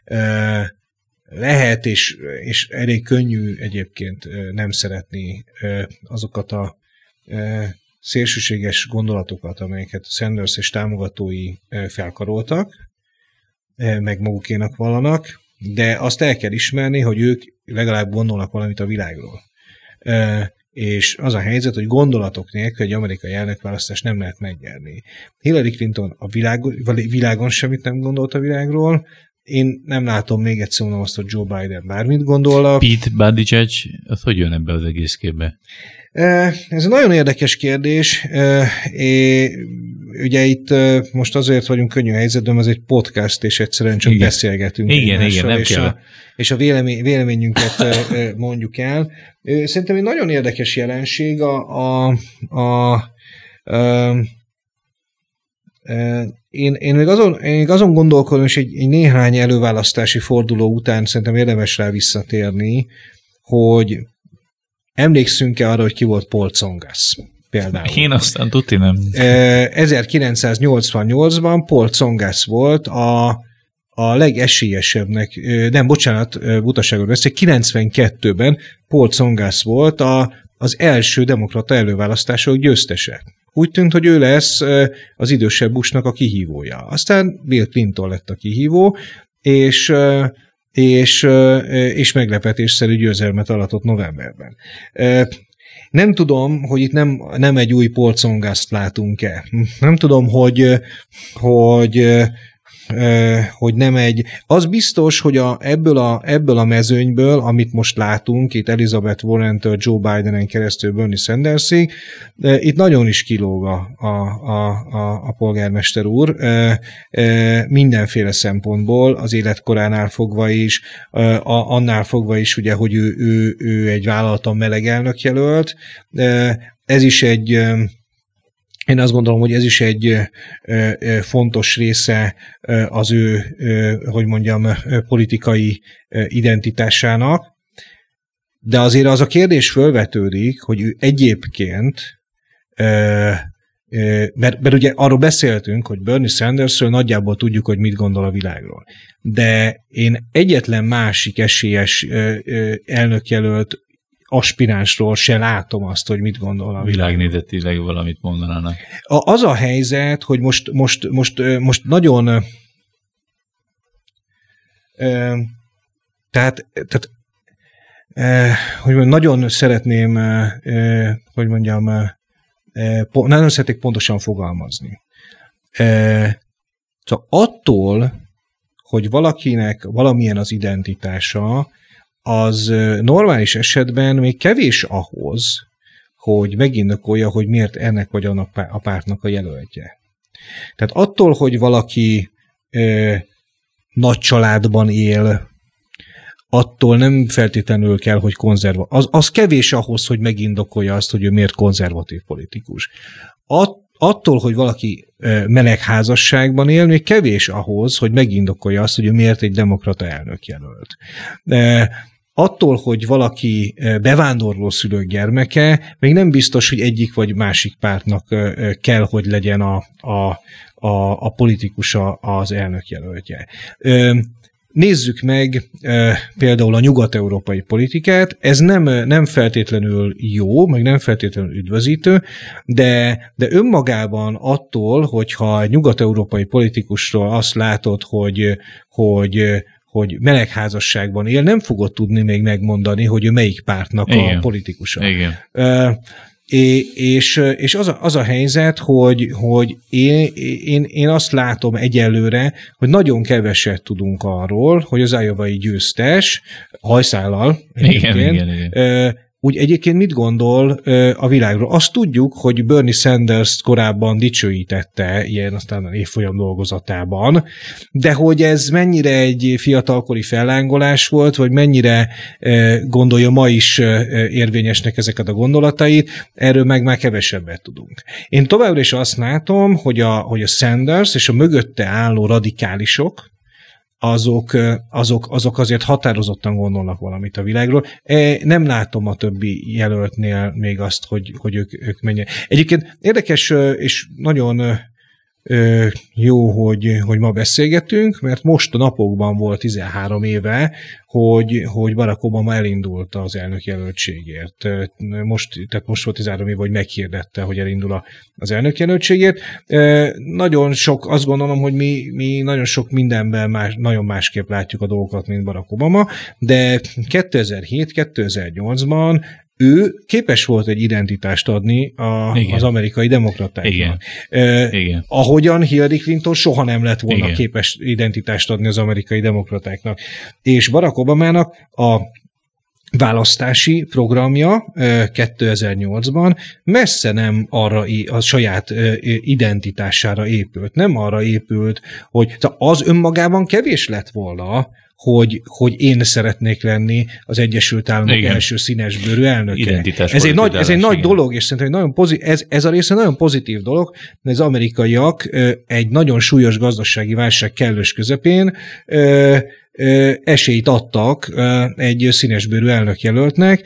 Lehet, és, és elég könnyű egyébként nem szeretni azokat a szélsőséges gondolatokat, amelyeket Sanders és támogatói felkaroltak, meg magukénak vallanak, de azt el kell ismerni, hogy ők legalább gondolnak valamit a világról. És az a helyzet, hogy gondolatok nélkül egy amerikai elnökválasztást nem lehet megnyerni. Hillary Clinton a világon, világon semmit nem gondolt a világról, én nem látom, még egyszer mondom azt, hogy Joe Biden bármit gondol. Pete Buttigieg, az hogy jön ebbe az egész képbe? Ez egy nagyon érdekes kérdés. Ugye itt most azért vagyunk könnyű helyzetben, ez egy podcast, és egyszerűen csak igen. beszélgetünk. Igen, igen, nem és kell. A, és a vélemény, véleményünket mondjuk el. Szerintem egy nagyon érdekes jelenség a, a, a, a Én, én, még azon, én még azon gondolkodom, és egy, egy néhány előválasztási forduló után szerintem érdemes rá visszatérni, hogy emlékszünk-e arra, hogy ki volt Paul Tsongas például. Én aztán tuti nem. ezerkilencszáznyolcvannyolcban Paul Tsongas volt a, a legesélyesebbnek, nem, bocsánat, butaságot veszek, kilencvenkettőben Paul Tsongas volt a, az első demokrata előválasztások győztese. Úgy tűnt, hogy ő lesz az idősebb Bushnak a kihívója. Aztán Bill Clinton lett a kihívó, és, és, és meglepetésszerű győzelmet aratott novemberben. Nem tudom, hogy itt nem, nem egy új Paul Tsongast látunk-e. Nem tudom, hogy, hogy, hogy nem egy... Az biztos, hogy a, ebből, a, ebből a mezőnyből, amit most látunk, itt Elizabeth Warren-től Joe Bidenen keresztül Bernie Sandersig, itt nagyon is kilóg a, a, a, a polgármester úr, mindenféle szempontból, az életkoránál fogva is, annál fogva is, ugye, hogy ő, ő, ő egy vállaltan meleg elnök jelölt. Ez is egy... Én azt gondolom, hogy ez is egy fontos része az ő, hogy mondjam, politikai identitásának, de azért az a kérdés fölvetődik, hogy ő egyébként, mert, mert ugye arról beszéltünk, hogy Bernie Sandersről nagyjából tudjuk, hogy mit gondol a világról, de én egyetlen másik esélyes elnökjelölt aspiránsról se látom azt, hogy mit gondol a világnézetileg valamit mondanának. A, az a helyzet, hogy most, most, most, most nagyon e, tehát, tehát e, hogy mondjam, nagyon szeretném e, hogy mondjam e, nagyon szeretnék pontosan fogalmazni. E, szóval attól, hogy valakinek valamilyen az identitása, az normális esetben még kevés ahhoz, hogy megindokolja, hogy miért ennek vagy annak a pártnak a jelöltje. Tehát attól, hogy valaki ö, nagy családban él, attól nem feltétlenül kell, hogy konzervatív. Az, az kevés ahhoz, hogy megindokolja azt, hogy ő miért konzervatív politikus. At, attól, hogy valaki melegházasságban él, még kevés ahhoz, hogy megindokolja azt, hogy ő miért egy demokrata elnökjelölt. Attól, hogy valaki bevándorló szülők gyermeke, még nem biztos, hogy egyik vagy másik pártnak kell, hogy legyen a, a, a, a politikusa az elnökjelöltje. Nézzük meg e, például a nyugat-európai politikát, ez nem, nem feltétlenül jó, meg nem feltétlenül üdvözítő, de, de önmagában attól, hogyha nyugat-európai politikusról azt látod, hogy, hogy, hogy melegházasságban él, nem fogod tudni még megmondani, hogy ő melyik pártnak Igen. a politikusa. Igen. E, És, és az, a, az a helyzet, hogy, hogy én, én, én azt látom egyelőre, hogy nagyon keveset tudunk arról, hogy az iowai győztes hajszállal igen, igen, igen. úgy egyébként mit gondol a világról. Azt tudjuk, hogy Bernie Sanders korábban dicsőítette ilyen aztán évfolyam dolgozatában, de hogy ez mennyire egy fiatalkori fellángolás volt, vagy mennyire gondolja ma is érvényesnek ezeket a gondolatait, erről meg már kevesebbet tudunk. Én továbbra is azt látom, hogy a, hogy a Sanders és a mögötte álló radikálisok, azok, azok, azok azért határozottan gondolnak valamit a világról. Nem látom a többi jelöltnél még azt, hogy, hogy ők, ők menjen. Egyébként érdekes és nagyon jó, hogy, hogy ma beszélgetünk, mert most a napokban volt tizenhárom éve, hogy, hogy Barack Obama elindult az elnökjelöltségért. Most, tehát most volt tizenhárom éve, hogy meghirdette, hogy elindul az elnökjelöltségért. Nagyon sok, azt gondolom, hogy mi, mi nagyon sok mindenben más, nagyon másképp látjuk a dolgokat, mint Barack Obama, de kétezer-hét kétezer-nyolcban ő képes volt egy identitást adni a, az amerikai demokratáknak. Igen. Eh, Igen. Ahogyan Hillary Clinton soha nem lett volna Igen. képes identitást adni az amerikai demokratáknak. És Barack Obamának a választási programja kétezer-nyolcban messze nem arra a saját identitására épült. Nem arra épült, hogy az önmagában kevés lett volna, hogy, hogy én szeretnék lenni az Egyesült Államok igen. első színesbőrű elnöke. Ez egy nagy, ez egy nagy dolog, és szerintem nagyon pozitív, ez, ez a része nagyon pozitív dolog, mert az amerikaiak egy nagyon súlyos gazdasági válság kellős közepén esélyt adtak egy színesbőrű elnökjelöltnek,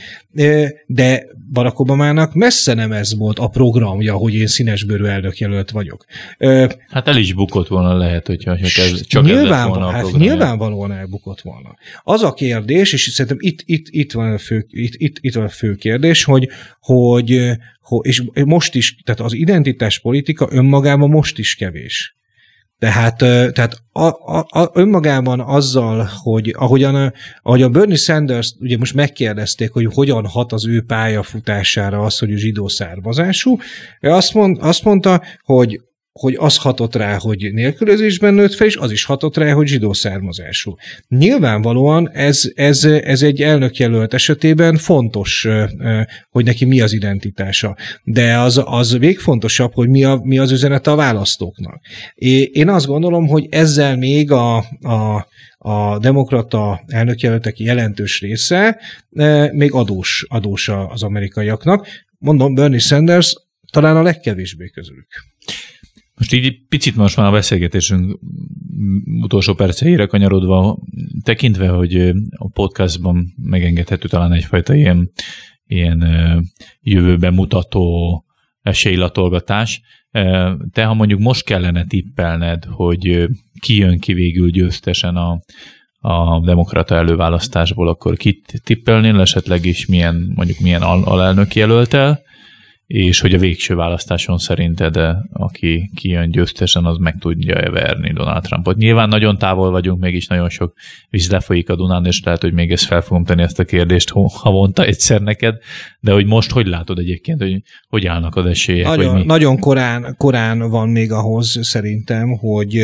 de Barack Obamának messze nem ez volt a programja, hogy én színesbőrű elnökjelölt vagyok. Hát el is bukott volna lehet, hogyha ez, csak nyilván, ez lett volna hát a programja. Nyilvánvalóan elbukott volna. Az a kérdés, és szerintem itt, itt, itt, van, a fő, itt, itt, itt van a fő kérdés, hogy, hogy, hogy és most is, tehát az identitáspolitika önmagában most is kevés. Tehát, tehát a, a, a, önmagában azzal, hogy ahogyan, ahogy a Bernie Sanders, ugye most megkérdezték, hogy hogyan hat az ő pályafutására az, hogy ő zsidó származású, ő azt, mond, azt mondta, hogy hogy az hatott rá, hogy nélkülözésben nőtt fel, és az is hatott rá, hogy zsidó származású. Nyilvánvalóan ez, ez, ez egy elnökjelölt esetében fontos, hogy neki mi az identitása. De az, az végfontosabb, hogy mi, a, mi az üzenete a választóknak. Én azt gondolom, hogy ezzel még a, a a demokrata elnökjelöltek jelentős része még adós, adós az amerikaiaknak. Mondom, Bernie Sanders talán a legkevésbé közülük. Most így picit most már a beszélgetésünk utolsó perceire kanyarodva, tekintve, hogy a podcastban megengedhető talán egyfajta ilyen, ilyen jövőben mutató esélylatolgatás. Te, ha mondjuk most kellene tippelned, hogy ki jön ki végül győztesen a, a demokrata előválasztásból, akkor kit tippelnél, esetleg is milyen, mondjuk milyen alelnök jelöltel, és hogy a végső választáson szerinted, aki kijön győztesen, az meg tudja verni Donald Trumpot. Nyilván nagyon távol vagyunk, mégis nagyon sok víz lefolyik a Dunán, és lehet, hogy még ezt fel fogom tenni ezt a kérdést havonta egyszer neked, de hogy most hogy látod egyébként, hogy hogy állnak az esélyek? Nagyon, vagy mi? nagyon korán, korán van még ahhoz szerintem, hogy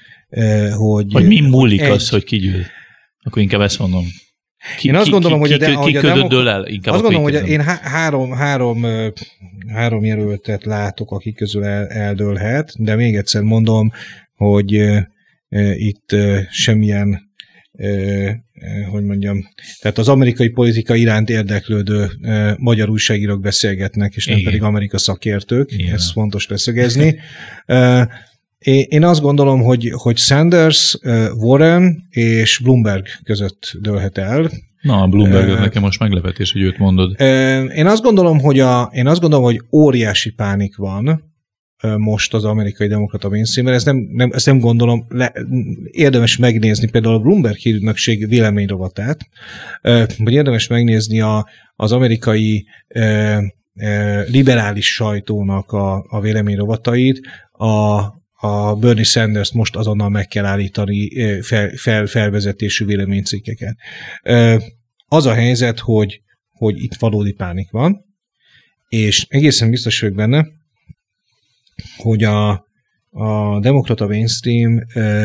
hogy, hogy mi múlik egy... az, hogy ki győz? Akkor inkább ezt mondom. Ki, Én azt gondolom, ki, hogy ki, a, ki, ki a ködöddől el? Inkább azt gondolom, hogy én há- három, három, három jelöltet látok, akik közül el, eldőlhet, de még egyszer mondom, hogy e, itt e, semmilyen hogy mondjam, tehát az amerikai politika iránt érdeklődő magyar újságírók beszélgetnek, és nem Igen. pedig Amerika szakértők, Igen. ezt fontos leszögezni. Én azt gondolom, hogy, hogy Sanders, Warren és Bloomberg között dőlhet el. Na, a Bloomberg uh, nekem most meglepetés, hogy őt mondod. Én azt gondolom, hogy, a, én azt gondolom, hogy óriási pánik van most az amerikai demokrata mainstreamben. Ezt nem, nem, ezt nem gondolom, le, érdemes megnézni például a Bloomberg hírügynökség véleményrovatát, vagy érdemes megnézni a, az amerikai e, e, liberális sajtónak a, a véleményrovatait, a a Bernie Sanders most azonnal meg kell állítani fel, fel, felvezetésű véleménycikkeket. Az a helyzet, hogy, hogy itt valódi pánik van, és egészen biztos vagyok benne, hogy a, a demokrata mainstream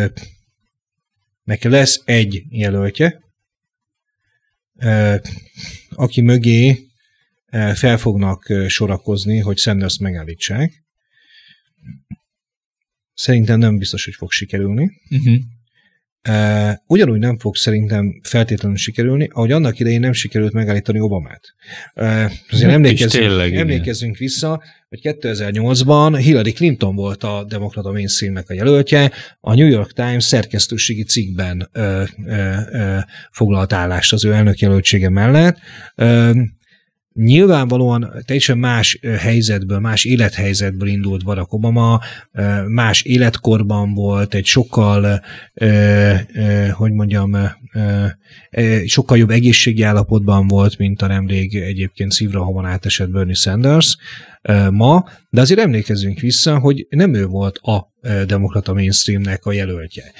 nek lesz egy jelöltje, aki mögé fel fognak sorakozni, hogy Sanders megállítsák. Szerintem nem biztos, hogy fog sikerülni. Uh-huh. Uh, ugyanúgy nem fog szerintem feltétlenül sikerülni, ahogy annak idején nem sikerült megállítani Obamát. Uh, azért emlékezzünk, tényleg, emlékezzünk vissza, hogy kétezer-nyolcban Hillary Clinton volt a demokrata mainstreamnek a jelöltje, a New York Times szerkesztőségi cikkben uh, uh, uh, foglalt állást az ő elnökjelöltsége mellett. Uh, Nyilvánvalóan teljesen más helyzetből, más élethelyzetből indult Barack Obama, más életkorban volt, egy sokkal, hogy mondjam, sokkal jobb egészségi állapotban volt, mint a nemrég egyébként szívrohamon átesett Bernie Sanders ma, de azért emlékezzünk vissza, hogy nem ő volt a demokrata mainstreamnek a jelöltje.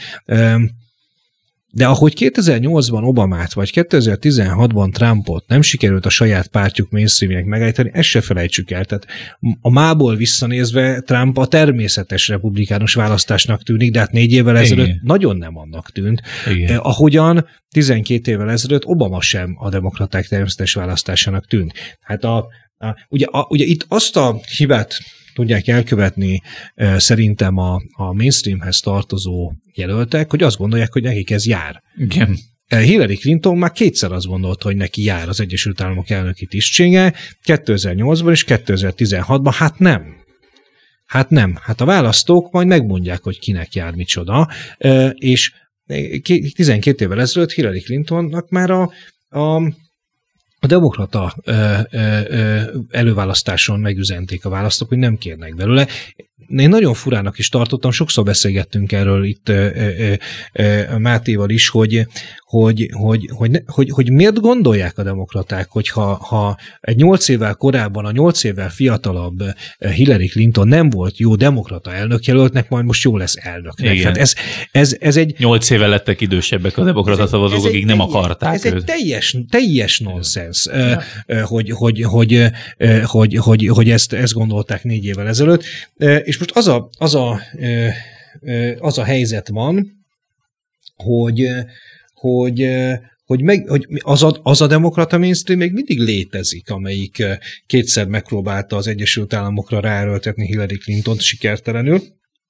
De ahogy kétezer-nyolcban Obamát, vagy kétezer-tizenhatban Trumpot nem sikerült a saját pártjuk mainstreamnek megállítani, ezt se felejtsük el. Tehát a mából visszanézve Trump a természetes republikánus választásnak tűnik, de hát négy évvel ezelőtt Igen. nagyon nem annak tűnt. Igen. Ahogyan tizenkét évvel ezelőtt Obama sem a demokraták természetes választásának tűnt. Hát a, a, ugye, a, ugye itt azt a hibát tudják elkövetni szerintem a, a mainstreamhez tartozó jelöltek, hogy azt gondolják, hogy nekik ez jár. Igen. Hillary Clinton már kétszer azt gondolta, hogy neki jár az Egyesült Államok elnöki tisztsége, kétezer-nyolcban és kétezer-tizenhatban, hát nem. Hát nem. Hát a választók majd megmondják, hogy kinek jár micsoda, és tizenkét évvel ezelőtt Hillary Clintonnak már a, a A demokrata ö, ö, ö, előválasztáson megüzenték a választók, hogy nem kérnek belőle. Én nagyon furának is tartottam, sokszor beszélgettünk erről itt ö, ö, ö, Mátéval is, hogy, hogy, hogy, hogy, hogy, hogy miért gondolják a demokraták, hogy ha, ha egy nyolc évvel korábban a nyolc évvel fiatalabb Hillary Clinton nem volt jó demokrata elnökjelöltnek, majd most jó lesz elnöknek. Hát ez, ez, ez egy... Nyolc évvel lettek idősebbek a demokrata szavazók, akik nem akarták. Ez egy teljes, teljes nonsens, ja. hogy, hogy, hogy, hogy, hogy, hogy ezt, ezt gondolták négy évvel ezelőtt. És most az a, az a, az a helyzet van, hogy hogy, hogy, meg, hogy az, a, az a demokrata mainstream még mindig létezik, amelyik kétszer megpróbálta az Egyesült Államokra ráerőltetni Hillary Clintont sikertelenül,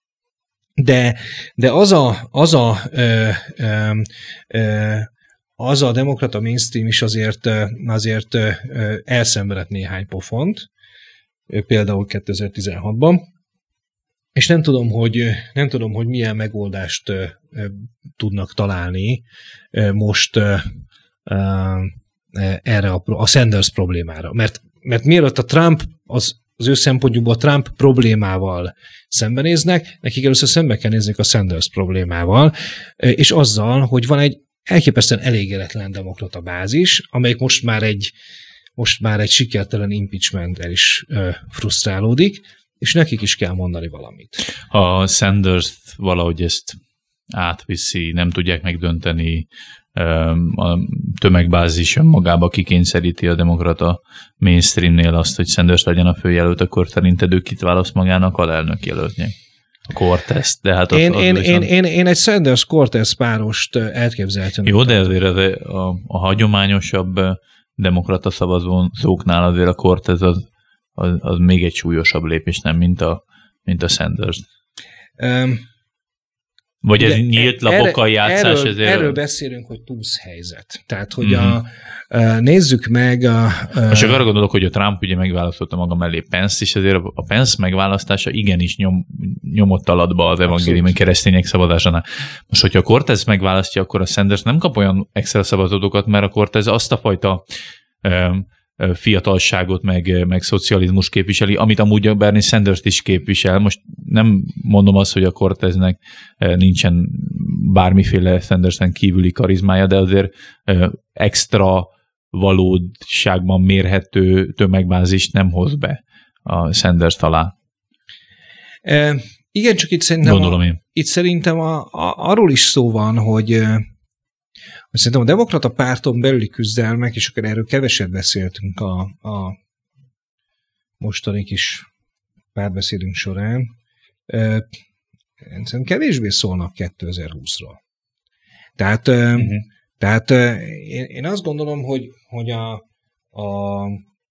de, de az a, az a, ö, ö, ö, az a demokrata mainstream is azért, azért elszenvedett néhány pofont, például kétezer-tizenhatban, és nem tudom, hogy, nem tudom, hogy milyen megoldást uh, tudnak találni uh, most uh, uh, erre a, a Sanders problémára. Mert, mert mielőtt a Trump, az, az ő szempontjukból a Trump problémával szembenéznek, nekik először szembe kell nézniük a Sanders problémával, uh, és azzal, hogy van egy elképesztően elégedetlen demokrata bázis, amelyik most már egy, most már egy sikertelen impeachment-el is uh, frusztrálódik, és nekik is kell mondani valamit. Ha Sanders valahogy ezt átviszi, nem tudják megdönteni, a tömegbázis önmagába kikényszeríti a demokrata mainstreamnél azt, hogy Sanders legyen a főjelölt, akkor szerinted ő kit választ magának alelnök jelöltnek? A Cortez, de hát én, az, az én, viszont... én, én, én egy Sanders-Cortez párost elképzeltem. Jó, de azért az a, a hagyományosabb demokrata szavazóknál azért a Cortez az Az, az még egy súlyosabb lépés, nem, mint a, mint a Sanders. Um, Vagy ez nyílt lapokkal játszás? Erről, ezért... erről beszélünk, hogy túszhelyzet. Tehát, hogy mm-hmm. a, a, nézzük meg a... a Csak arra gondolok, hogy a Trump ugye megválasztotta maga mellé Pence, és ezért a Pence megválasztása igenis nyom, nyomott alatba az evangéliumi keresztények szavazásánál. Most, hogyha a Cortez megválasztja, akkor a Sanders nem kap olyan extra szavazatokat, mert a Cortez azt a fajta um, fiatalságot, meg, meg szocializmus képviseli, amit amúgy a Bernie Sanders is képvisel. Most nem mondom azt, hogy a Corteznek nincsen bármiféle Sandersen kívüli karizmája, de azért extra valóságban mérhető tömegbázist nem hoz be a Sanders alá. E, igen, csak itt szerintem, Gondolom én. A, itt szerintem a, a, arról is szó van, hogy szerintem a demokrata párton belüli küzdelmek, és akkor erről keveset beszéltünk a, a mostani kis párbeszédünk során, e, szerintem kevésbé szólnak kétezer-húszról. Tehát, uh-huh. tehát én, én azt gondolom, hogy, hogy a, a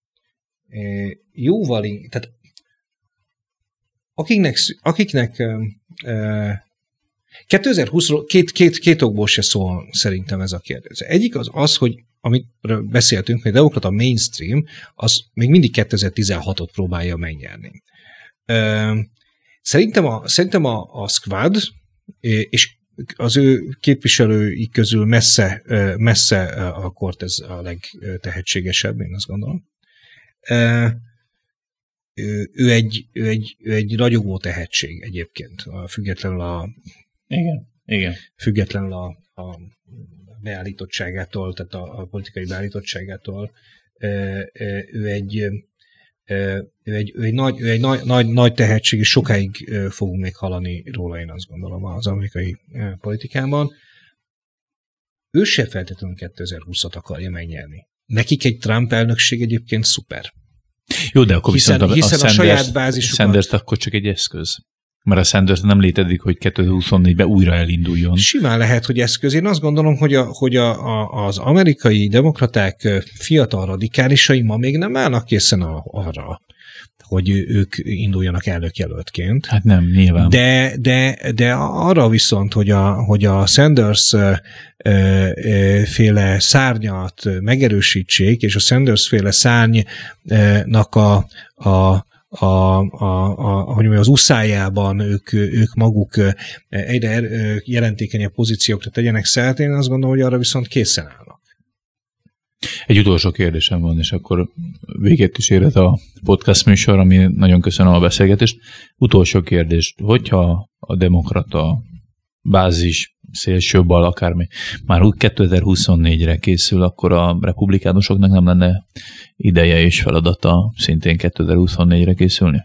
jóval, tehát akiknek, akiknek e, kétezer-húszról két, két, két okból se szól szerintem ez a kérdés. Egyik az az, hogy amiről beszéltünk, hogy a demokrata mainstream, az még mindig kétezer-tizenhatot próbálja megnyerni. Szerintem a, szerintem a, a Squad, és az ő képviselői közül messze, messze a Cortez a legtehetségesebb, én azt gondolom. Ő egy, ő egy, ő egy ragyogó tehetség egyébként, függetlenül a Igen, igen. Függetlenül a, a beállítottságától, tehát a, a politikai beállítottságától. Ő egy, ő egy, ő egy, nagy, ő egy nagy, nagy, nagy tehetség, és sokáig fogunk még hallani róla, én azt gondolom, az amerikai politikában. Ő se feltétlenül kétezer-húszat akarja megnyerni. Nekik egy Trump elnökség egyébként szuper. Jó, de akkor hiszen, viszont a, hiszen a, a saját Sanders, bázisukat... Sanders akkor csak egy eszköz. Mert a Sanders nem létezik, hogy kétezer-huszonnégyben újra elinduljon. Simán lehet, hogy eszköz. Én azt gondolom, hogy, a, hogy a, a, az amerikai demokraták fiatal radikálisai ma még nem állnak készen a, arra, hogy ők induljanak elnökjelöltként. Hát nem, nyilván. De, de, de arra viszont, hogy a, hogy a Sanders féle szárnyat megerősítsék, és a Sanders féle szárnynak a, a A, a, a, hogy mondjam, az uszájában ők, ők maguk egyre jelentékenyebb pozíciókra tegyenek szert, én azt gondolom, hogy arra viszont készen állnak. Egy utolsó kérdésem van, és akkor véget is érhet a podcast műsor, ami nagyon köszönöm a beszélgetést. Utolsó kérdés, hogyha a demokrata bázis, szélső bal, akármi, már úgy kétezer-huszonnégyre készül, akkor a republikánusoknak nem lenne ideje és feladata szintén kétezer-huszonnégyre készülni?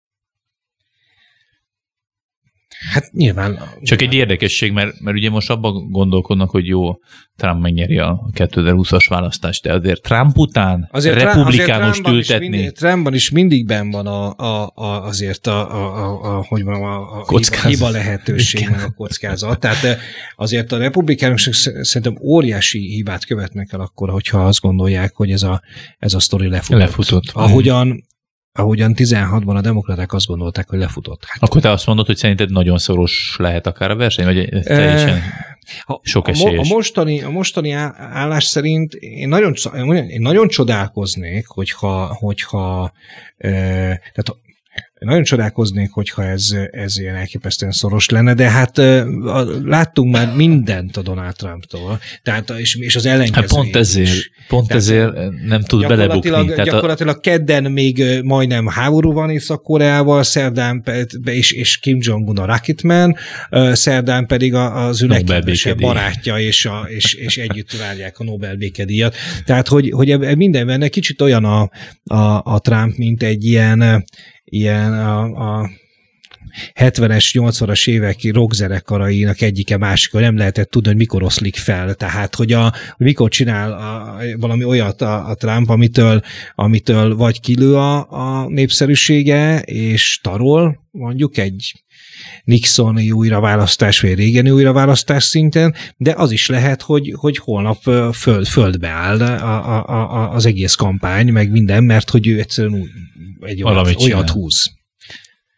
Hát nyilván... Csak egy érdekesség, mert, mert ugye most abban gondolkodnak, hogy jó, Trump megnyeri a kétezer-húszas választást, de azért Trump után azért republikánust ültetni... Trumpban is mindig benn van a, a, a, azért a, a, a, a, hogy mondjam, a, a hiba, hiba lehetőség, meg a kockázat. Tehát azért a republikánusok szerintem óriási hibát követnek el akkor, hogyha azt gondolják, hogy ez a, ez a sztori lefutott. Lefutott. Ahogyan Ahogyan tizenhatban a demokraták azt gondolták, hogy lefutott. Hát, akkor te azt mondod, hogy szerinted nagyon szoros lehet akár a verseny, vagy teljesen e, sok esélyes? A mostani, a mostani állás szerint én nagyon, én nagyon csodálkoznék, hogyha, hogyha e, tehát nagyon csodálkoznék, hogyha ez, ez ilyen elképesztően szoros lenne, de hát láttunk már mindent a Donald Trumptól, tehát, és, és az ellenkezőjét. Hát pont ezért, pont tehát, ezért nem tud belebukni. Tehát gyakorlatilag a... kedden még majdnem háború van Észak-Koreával, szerdán és, és Kim Jong-un a Rocketman, szerdán pedig az ő legkedvesebb barátja, és, a, és, és együtt várják a Nobel békedíjat. Tehát, hogy, hogy minden benne kicsit olyan a, a, a Trump, mint egy ilyen ilyen a, a hetvenes, nyolcvanas évek rockzenekarainak egyike másik, nem lehetett tudni, hogy mikor oszlik fel, tehát hogy, a, hogy mikor csinál a, valami olyat a, a Trump, amitől, amitől vagy kilő a, a népszerűsége, és tarol mondjuk egy Nixoni újraválasztás, vagy Reagani újraválasztás szinten, de az is lehet, hogy, hogy holnap föld, földbe áll a, a, a, az egész kampány, meg minden, mert hogy ő egyszerűen egy olyat, olyat húz.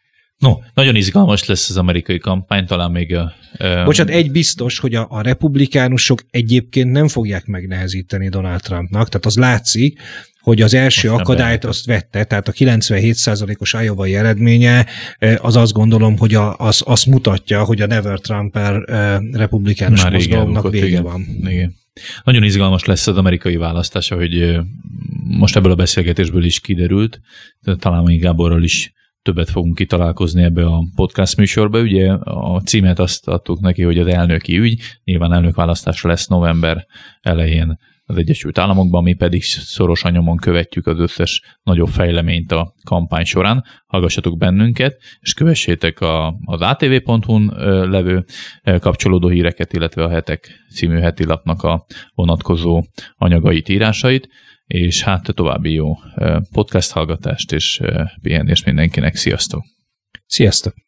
No, nagyon izgalmas lesz az amerikai kampány, talán még a... Uh, Bocsánat, egy biztos, hogy a, a republikánusok egyébként nem fogják megnehezíteni Donald Trumpnak, tehát az látszik, hogy az első Most akadályt azt vette, tehát a kilencvenhét százalékos Iowa-i eredménye, az azt gondolom, hogy a, az, azt mutatja, hogy a Never Trumper republikánus mozgalomnak vége igen. van. Igen. Nagyon izgalmas lesz az amerikai választás, hogy most ebből a beszélgetésből is kiderült, talán még Gáborral is többet fogunk kitalálkozni ebbe a podcast műsorba. Ugye a címet azt adtuk neki, hogy az elnöki ügy, nyilván elnökválasztás lesz november elején az Egyesült Államokban, mi pedig szorosan nyomon követjük az összes nagyobb fejleményt a kampány során. Hallgassatok bennünket, és kövessétek a, az á té vé pont hu-n levő kapcsolódó híreket, illetve a Hetek című heti lapnak a vonatkozó anyagait, írásait, és hát további jó podcast hallgatást és pihenést mindenkinek. Sziasztok! Sziasztok!